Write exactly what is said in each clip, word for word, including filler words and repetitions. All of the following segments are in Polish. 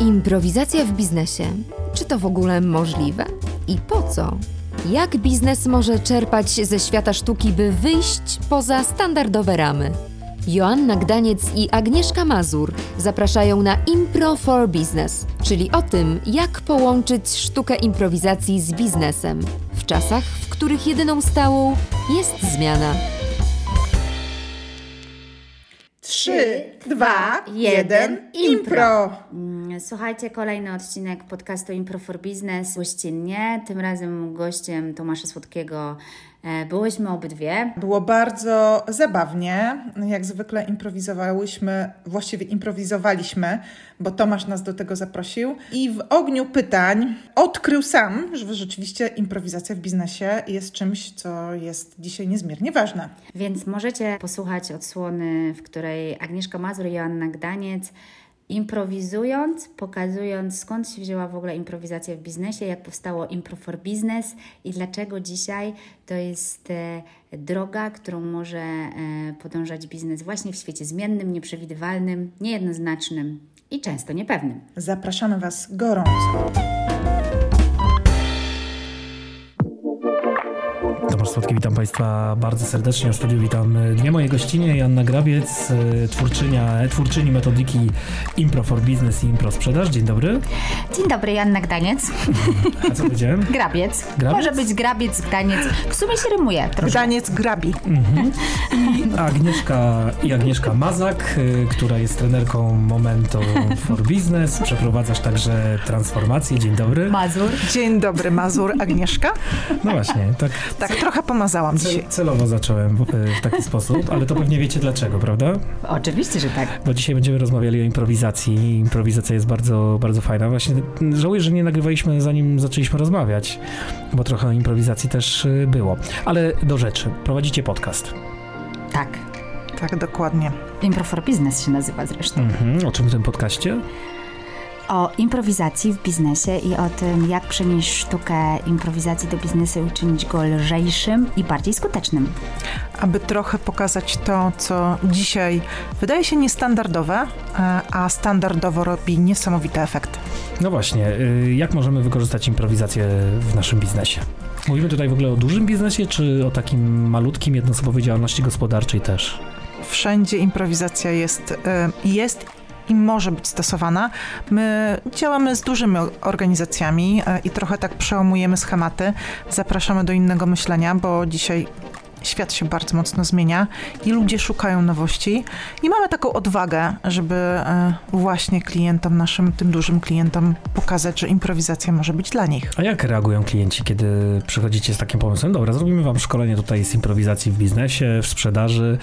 Improwizacja w biznesie. Czy to w ogóle możliwe? I po co? Jak biznes może czerpać ze świata sztuki, by wyjść poza standardowe ramy? Joanna Gdaniec i Agnieszka Mazur zapraszają na Impro for Business, czyli o tym, jak połączyć sztukę improwizacji z biznesem w czasach, w których jedyną stałą jest zmiana. Trzy, dwa, jeden, impro! Słuchajcie, kolejny odcinek podcastu Impro for Business gościnnie. Tym razem gościem Tomasza Słodkiego byłyśmy obydwie. Było bardzo zabawnie. Jak zwykle improwizowałyśmy, właściwie improwizowaliśmy, bo Tomasz nas do tego zaprosił. I w ogniu pytań odkrył sam, że rzeczywiście improwizacja w biznesie jest czymś, co jest dzisiaj niezmiernie ważne. Więc możecie posłuchać odsłony, w której Agnieszka Mazur i Joanna Gdaniec improwizując, pokazując skąd się wzięła w ogóle improwizacja w biznesie, jak powstało Impro for Business i dlaczego dzisiaj to jest e, droga, którą może e, podążać biznes właśnie w świecie zmiennym, nieprzewidywalnym, niejednoznacznym i często niepewnym. Zapraszamy Was gorąco. Tomasz Słodki, witam Państwa bardzo serdecznie. W studiu witam dwie moje gościnie, Joanna Grabiec, twórczynia, twórczyni metodyki Impro for Business i Impro Sprzedaż. Dzień dobry. Dzień dobry, Joanna Gdaniec. A co powiedziałem? Grabiec. Grabiec. Może być Grabiec, Gdaniec. W sumie się rymuje troszkę. Gdaniec grabi. Mhm. I Agnieszka, i Agnieszka Mazak, która jest trenerką Momentum for Business. Przeprowadzasz także transformację. Dzień dobry. Mazur. Dzień dobry, Mazur. Agnieszka? No właśnie, tak. Tak, trochę pomazałam Cel, dzisiaj. celowo zacząłem w, w taki sposób, ale to pewnie wiecie dlaczego, prawda? Oczywiście, że tak. Bo dzisiaj będziemy rozmawiali o improwizacji. Improwizacja jest bardzo, bardzo fajna. Właśnie żałuję, że nie nagrywaliśmy zanim zaczęliśmy rozmawiać, bo trochę o improwizacji też było. Ale do rzeczy. Prowadzicie podcast. Tak. Tak, dokładnie. Impro for Business się nazywa zresztą. Mhm. O czym w tym podcaście? O improwizacji w biznesie i o tym, jak przenieść sztukę improwizacji do biznesu i uczynić go lżejszym i bardziej skutecznym. Aby trochę pokazać to, co dzisiaj wydaje się niestandardowe, a standardowo robi niesamowity efekt. No właśnie, jak możemy wykorzystać improwizację w naszym biznesie? Mówimy tutaj w ogóle o dużym biznesie, czy o takim malutkim, jednoosobowej działalności gospodarczej też? Wszędzie improwizacja jest, jest i może być stosowana. My działamy z dużymi organizacjami i trochę tak przełamujemy schematy. Zapraszamy do innego myślenia, bo dzisiaj świat się bardzo mocno zmienia i ludzie szukają nowości i mamy taką odwagę, żeby właśnie klientom, naszym tym dużym klientom pokazać, że improwizacja może być dla nich. A jak reagują klienci, kiedy przychodzicie z takim pomysłem? Dobra, zrobimy wam szkolenie tutaj z improwizacji w biznesie, w sprzedaży.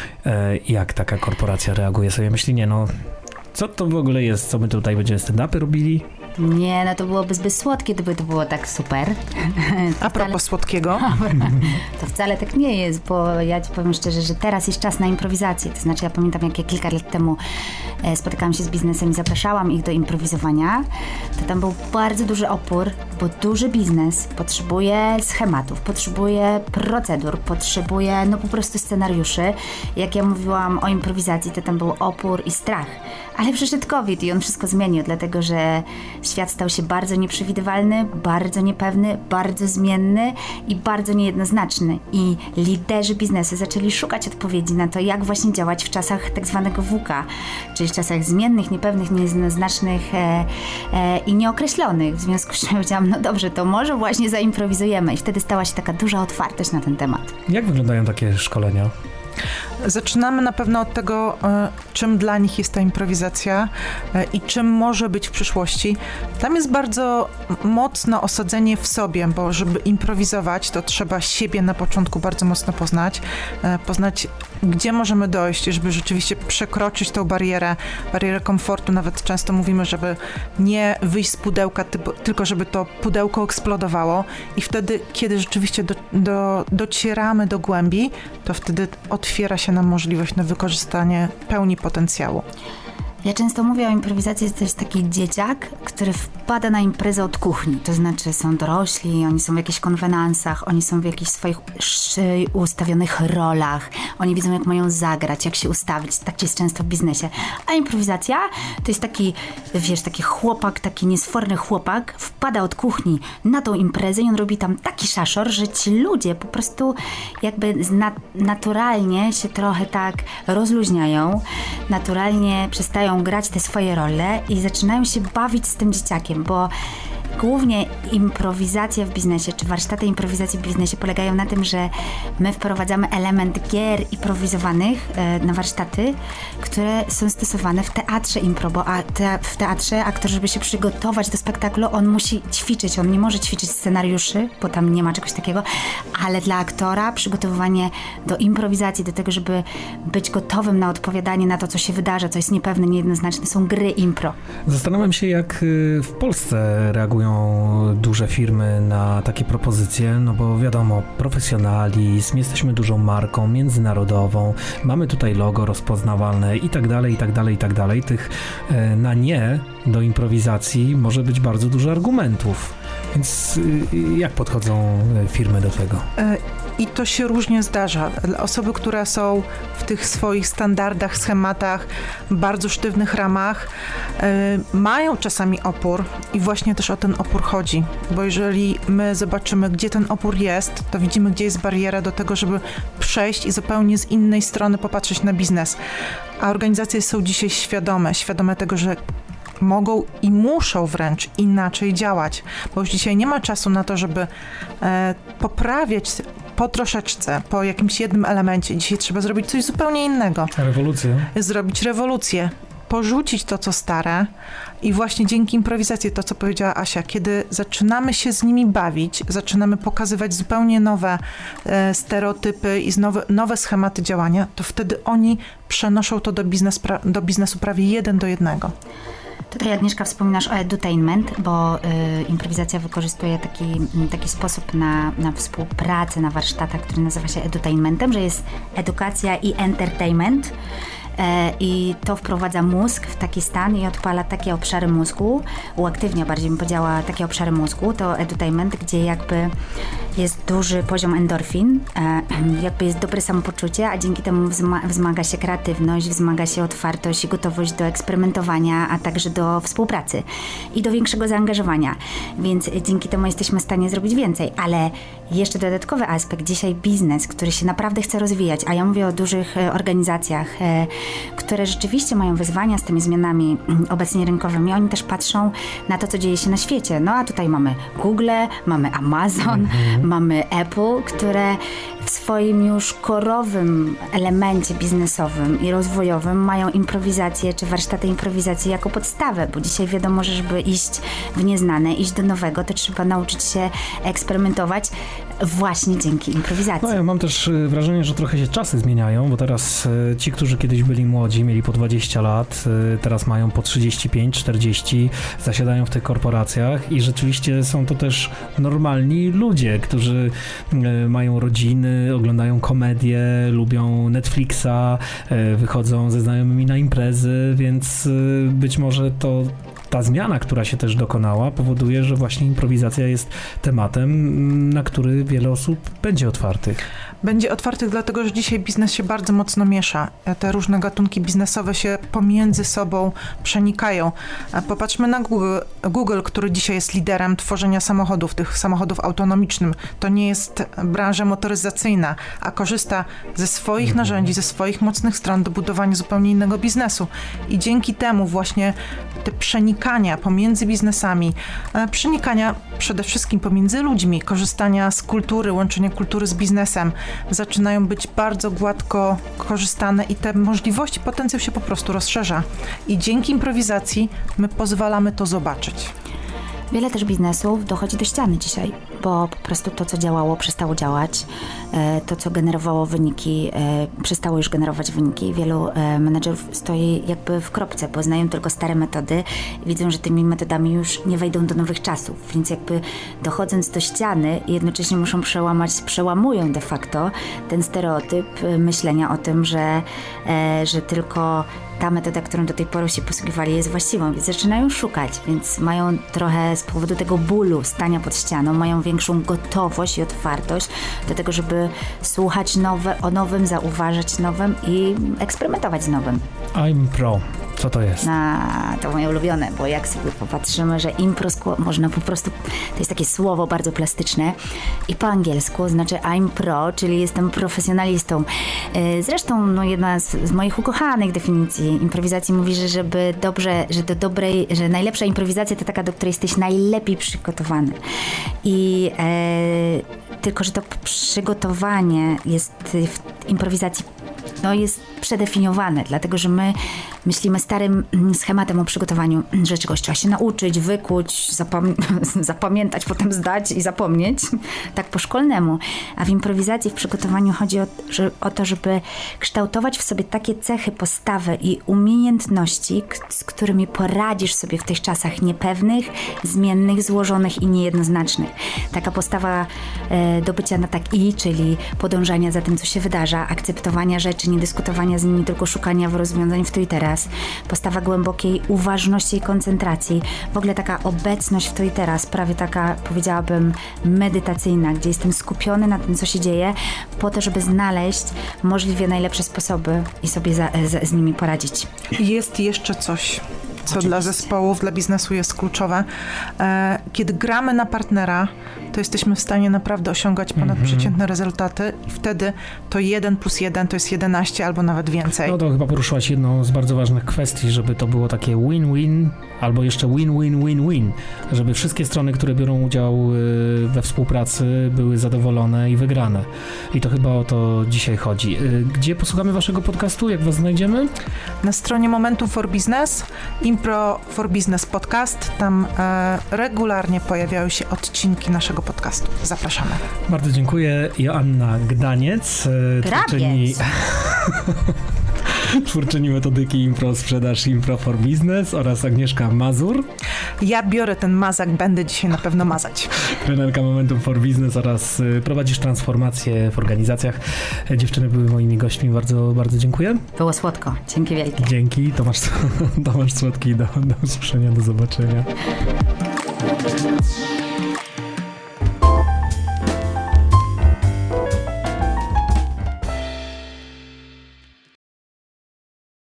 Jak taka korporacja reaguje? Sobie myśli, nie no, co to w ogóle jest, co my tutaj będziemy stand-upy robili? Nie, no to byłoby zbyt słodkie, gdyby to było tak super. A propos wcale... słodkiego? To wcale tak nie jest, bo ja ci powiem szczerze, że teraz jest czas na improwizację. To znaczy ja pamiętam, jak ja kilka lat temu spotykałam się z biznesem i zapraszałam ich do improwizowania, to tam był bardzo duży opór, bo duży biznes potrzebuje schematów, potrzebuje procedur, potrzebuje no po prostu scenariuszy. Jak ja mówiłam o improwizacji, to tam był opór i strach. Ale przyszedł COVID i on wszystko zmienił, dlatego że świat stał się bardzo nieprzewidywalny, bardzo niepewny, bardzo zmienny i bardzo niejednoznaczny. I liderzy biznesu zaczęli szukać odpowiedzi na to, jak właśnie działać w czasach tak zwanego wuka, czyli w czasach zmiennych, niepewnych, niejednoznacznych e, e, i nieokreślonych. W związku z czym powiedziałam, no dobrze, to może właśnie zaimprowizujemy. I wtedy stała się taka duża otwartość na ten temat. Jak wyglądają takie szkolenia? Zaczynamy na pewno od tego, czym dla nich jest ta improwizacja i czym może być w przyszłości. Tam jest bardzo mocno osadzenie w sobie, bo żeby improwizować, to trzeba siebie na początku bardzo mocno poznać. Poznać, gdzie możemy dojść, żeby rzeczywiście przekroczyć tą barierę, barierę komfortu. Nawet często mówimy, żeby nie wyjść z pudełka, tylko żeby to pudełko eksplodowało i wtedy, kiedy rzeczywiście do, do, docieramy do głębi, to wtedy otwiera się nam możliwość na wykorzystanie pełni potencjału. Ja często mówię o improwizacji, że to jest taki dzieciak, który wpada na imprezę od kuchni. To znaczy są dorośli, oni są w jakichś konwenansach, oni są w jakichś swoich ustawionych rolach. Oni widzą, jak mają zagrać, jak się ustawić. Tak jest często w biznesie. A improwizacja to jest taki, wiesz, taki chłopak, taki niesforny chłopak, wpada od kuchni na tą imprezę i on robi tam taki szaszor, że ci ludzie po prostu jakby na, naturalnie się trochę tak rozluźniają, naturalnie przestają grać te swoje role i zaczynają się bawić z tym dzieciakiem, bo głównie improwizacja w biznesie, czy warsztaty improwizacji w biznesie polegają na tym, że my wprowadzamy element gier improwizowanych e, na warsztaty, które są stosowane w teatrze impro, bo a te, w teatrze aktor, żeby się przygotować do spektaklu, on musi ćwiczyć, on nie może ćwiczyć scenariuszy, bo tam nie ma czegoś takiego, ale dla aktora przygotowywanie do improwizacji, do tego, żeby być gotowym na odpowiadanie na to, co się wydarza, co jest niepewne, niejednoznaczne, są gry impro. Zastanawiam się, jak w Polsce reagują duże firmy na takie propozycje, no bo wiadomo, profesjonalizm, jesteśmy dużą marką międzynarodową, mamy tutaj logo rozpoznawalne i tak dalej, i tak dalej, i tak dalej. Tych e, na nie do improwizacji może być bardzo dużo argumentów. Więc y, jak podchodzą firmy do tego? I to się różnie zdarza. Osoby, które są w tych swoich standardach, schematach, bardzo sztywnych ramach, y, mają czasami opór i właśnie też o ten opór chodzi. Bo jeżeli my zobaczymy, gdzie ten opór jest, to widzimy, gdzie jest bariera do tego, żeby przejść i zupełnie z innej strony popatrzeć na biznes. A organizacje są dzisiaj świadome, świadome tego, że mogą i muszą wręcz inaczej działać, bo już dzisiaj nie ma czasu na to, żeby e, poprawiać po troszeczce, po jakimś jednym elemencie. Dzisiaj trzeba zrobić coś zupełnie innego. Rewolucję. Zrobić rewolucję, porzucić to, co stare i właśnie dzięki improwizacji, to co powiedziała Asia, kiedy zaczynamy się z nimi bawić, zaczynamy pokazywać zupełnie nowe e, stereotypy i nowe, nowe schematy działania, to wtedy oni przenoszą to do, biznes, pra, do biznesu prawie jeden do jednego. Tutaj, Agnieszka, wspominasz o edutainment, bo y, improwizacja wykorzystuje taki, taki sposób na, na współpracę na warsztatach, który nazywa się edutainmentem, że jest edukacja i entertainment. I to wprowadza mózg w taki stan i odpala takie obszary mózgu, uaktywnia bardziej bym powiedziała takie obszary mózgu, to edutainment, gdzie jakby jest duży poziom endorfin, jakby jest dobre samopoczucie, a dzięki temu wzma- wzmaga się kreatywność, wzmaga się otwartość i gotowość do eksperymentowania, a także do współpracy i do większego zaangażowania, więc dzięki temu jesteśmy w stanie zrobić więcej, ale jeszcze dodatkowy aspekt, dzisiaj biznes, który się naprawdę chce rozwijać, a ja mówię o dużych organizacjach, które rzeczywiście mają wyzwania z tymi zmianami obecnie rynkowymi. Oni też patrzą na to, co dzieje się na świecie. No a tutaj mamy Google, mamy Amazon, mm-hmm. mamy Apple, które w swoim już korowym elemencie biznesowym i rozwojowym mają improwizację czy warsztaty improwizacji jako podstawę, bo dzisiaj wiadomo, że żeby iść w nieznane, iść do nowego, to trzeba nauczyć się eksperymentować właśnie dzięki improwizacji. No ja mam też wrażenie, że trochę się czasy zmieniają, bo teraz ci, którzy kiedyś byli młodzi, mieli po dwadzieścia lat, teraz mają po trzydzieści pięć czterdzieści, zasiadają w tych korporacjach i rzeczywiście są to też normalni ludzie, którzy mają rodziny, oglądają komedie, lubią Netflixa, wychodzą ze znajomymi na imprezy, więc być może to ta zmiana, która się też dokonała, powoduje, że właśnie improwizacja jest tematem, na który wiele osób będzie otwartych. Będzie otwartych, dlatego że dzisiaj biznes się bardzo mocno miesza. Te różne gatunki biznesowe się pomiędzy sobą przenikają. Popatrzmy na Google, Google, który dzisiaj jest liderem tworzenia samochodów, tych samochodów autonomicznych. To nie jest branża motoryzacyjna, a korzysta ze swoich mhm. narzędzi, ze swoich mocnych stron do budowania zupełnie innego biznesu. I dzięki temu właśnie te przenikania pomiędzy biznesami, przenikania przede wszystkim pomiędzy ludźmi, korzystania z kultury, łączenia kultury z biznesem, zaczynają być bardzo gładko korzystane i te możliwości, potencjał się po prostu rozszerza. I dzięki improwizacji my pozwalamy to zobaczyć. Wiele też biznesów dochodzi do ściany dzisiaj, bo po prostu to, co działało, przestało działać. To, co generowało wyniki, przestało już generować wyniki. Wielu menedżerów stoi jakby w kropce, bo znają tylko stare metody i widzą, że tymi metodami już nie wejdą do nowych czasów. Więc jakby dochodząc do ściany, jednocześnie muszą przełamać, przełamują de facto ten stereotyp myślenia o tym, że, że tylko ta metoda, którą do tej pory się posługiwali, jest właściwą, więc zaczynają szukać, więc mają trochę z powodu tego bólu stania pod ścianą, mają większą gotowość i otwartość do tego, żeby słuchać nowe, o nowym, zauważać nowym i eksperymentować z nowym. I'm Pro. Co to jest? Na, to moje ulubione, bo jak sobie popatrzymy, że impro można po prostu, to jest takie słowo bardzo plastyczne i po angielsku znaczy I'm pro, czyli jestem profesjonalistą. Zresztą no, jedna z, z moich ukochanych definicji improwizacji mówi, że żeby dobrze, że do dobrej, że najlepsza improwizacja to taka, do której jesteś najlepiej przygotowany. I e, tylko, że to przygotowanie jest w improwizacji no jest przedefiniowane, dlatego że my myślimy starym schematem o przygotowaniu, że czegoś trzeba się nauczyć, wykuć, zapom- zapamiętać, potem zdać i zapomnieć, tak po szkolnemu. A w improwizacji, w przygotowaniu chodzi o, że, o to, żeby kształtować w sobie takie cechy, postawy i umiejętności, k- z którymi poradzisz sobie w tych czasach niepewnych, zmiennych, złożonych i niejednoznacznych. Taka postawa e, do bycia na tak i, czyli podążania za tym, co się wydarza, akceptowania rzeczy, nie dyskutowania z nimi, tylko szukania rozwiązań w tu i teraz. Postawa głębokiej uważności i koncentracji. W ogóle taka obecność w tu i teraz, prawie taka, powiedziałabym, medytacyjna, gdzie jestem skupiony na tym, co się dzieje, po to, żeby znaleźć możliwie najlepsze sposoby i sobie za, z, z nimi poradzić. Jest jeszcze coś, co Oczywiście. Dla zespołów, dla biznesu jest kluczowe. Kiedy gramy na partnera, to jesteśmy w stanie naprawdę osiągać ponadprzeciętne rezultaty i wtedy to jeden plus jeden to jest jedenaście albo nawet więcej. No to chyba poruszyłaś jedną z bardzo ważnych kwestii, żeby to było takie win-win albo jeszcze win-win-win-win, żeby wszystkie strony, które biorą udział we współpracy, były zadowolone i wygrane. I to chyba o to dzisiaj chodzi. Gdzie posłuchamy waszego podcastu? Jak was znajdziemy? Na stronie Momentum for Business, Impro for Business Podcast. Tam e, regularnie pojawiają się odcinki naszego podcastu. Zapraszamy. Bardzo dziękuję. Joanna Gdaniec, twórczyni, twórczyni metodyki Impro Sprzedaż Impro for Business oraz Agnieszka Mazur. Ja biorę ten mazak, będę dzisiaj na pewno mazać. Trenerka Momentum for Business oraz prowadzisz transformację w organizacjach. Dziewczyny były moimi gośćmi. Bardzo, bardzo dziękuję. Było słodko. Dzięki wielkie. Dzięki. Tomasz, Tomasz Słodki. Do, do usłyszenia, do zobaczenia.